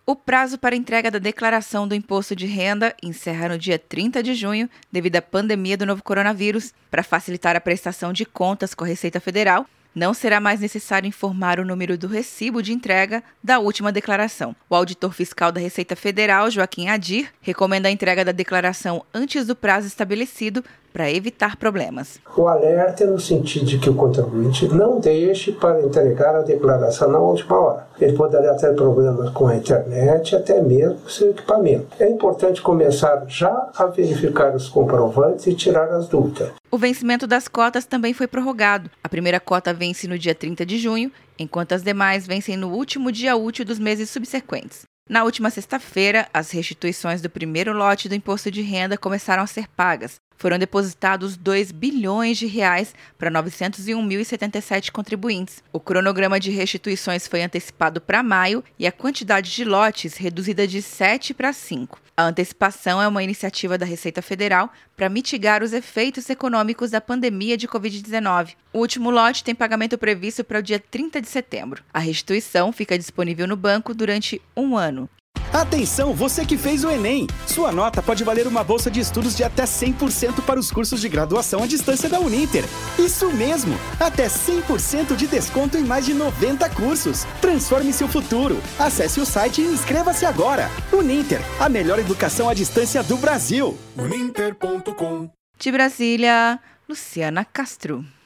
O prazo para entrega da declaração do imposto de renda encerra no dia 30 de junho, devido à pandemia do novo coronavírus. Para facilitar a prestação de contas com a Receita Federal, não será mais necessário informar o número do recibo de entrega da última declaração. O auditor fiscal da Receita Federal, Joaquim Adir, recomenda a entrega da declaração antes do prazo estabelecido para evitar problemas. O alerta é no sentido de que o contribuinte não deixe para entregar a declaração na última hora. Ele poderá ter problemas com a internet, até mesmo com seu equipamento. É importante começar já a verificar os comprovantes e tirar as dúvidas. O vencimento das cotas também foi prorrogado. A primeira cota vence no dia 30 de junho, enquanto as demais vencem no último dia útil dos meses subsequentes. Na última sexta-feira, as restituições do primeiro lote do imposto de renda começaram a ser pagas. Foram depositados R$2 bilhões para 901.077 contribuintes. O cronograma de restituições foi antecipado para maio e a quantidade de lotes reduzida de 7 para 5. A antecipação é uma iniciativa da Receita Federal para mitigar os efeitos econômicos da pandemia de Covid-19. O último lote tem pagamento previsto para o dia 30 de setembro. A restituição fica disponível no banco durante 1 ano. Atenção, você que fez o Enem! Sua nota pode valer uma bolsa de estudos de até 100% para os cursos de graduação à distância da Uninter. Isso mesmo! Até 100% de desconto em mais de 90 cursos. Transforme seu futuro. Acesse o site e inscreva-se agora. Uninter, a melhor educação à distância do Brasil. Uninter.com. De Brasília, Luciana Castro.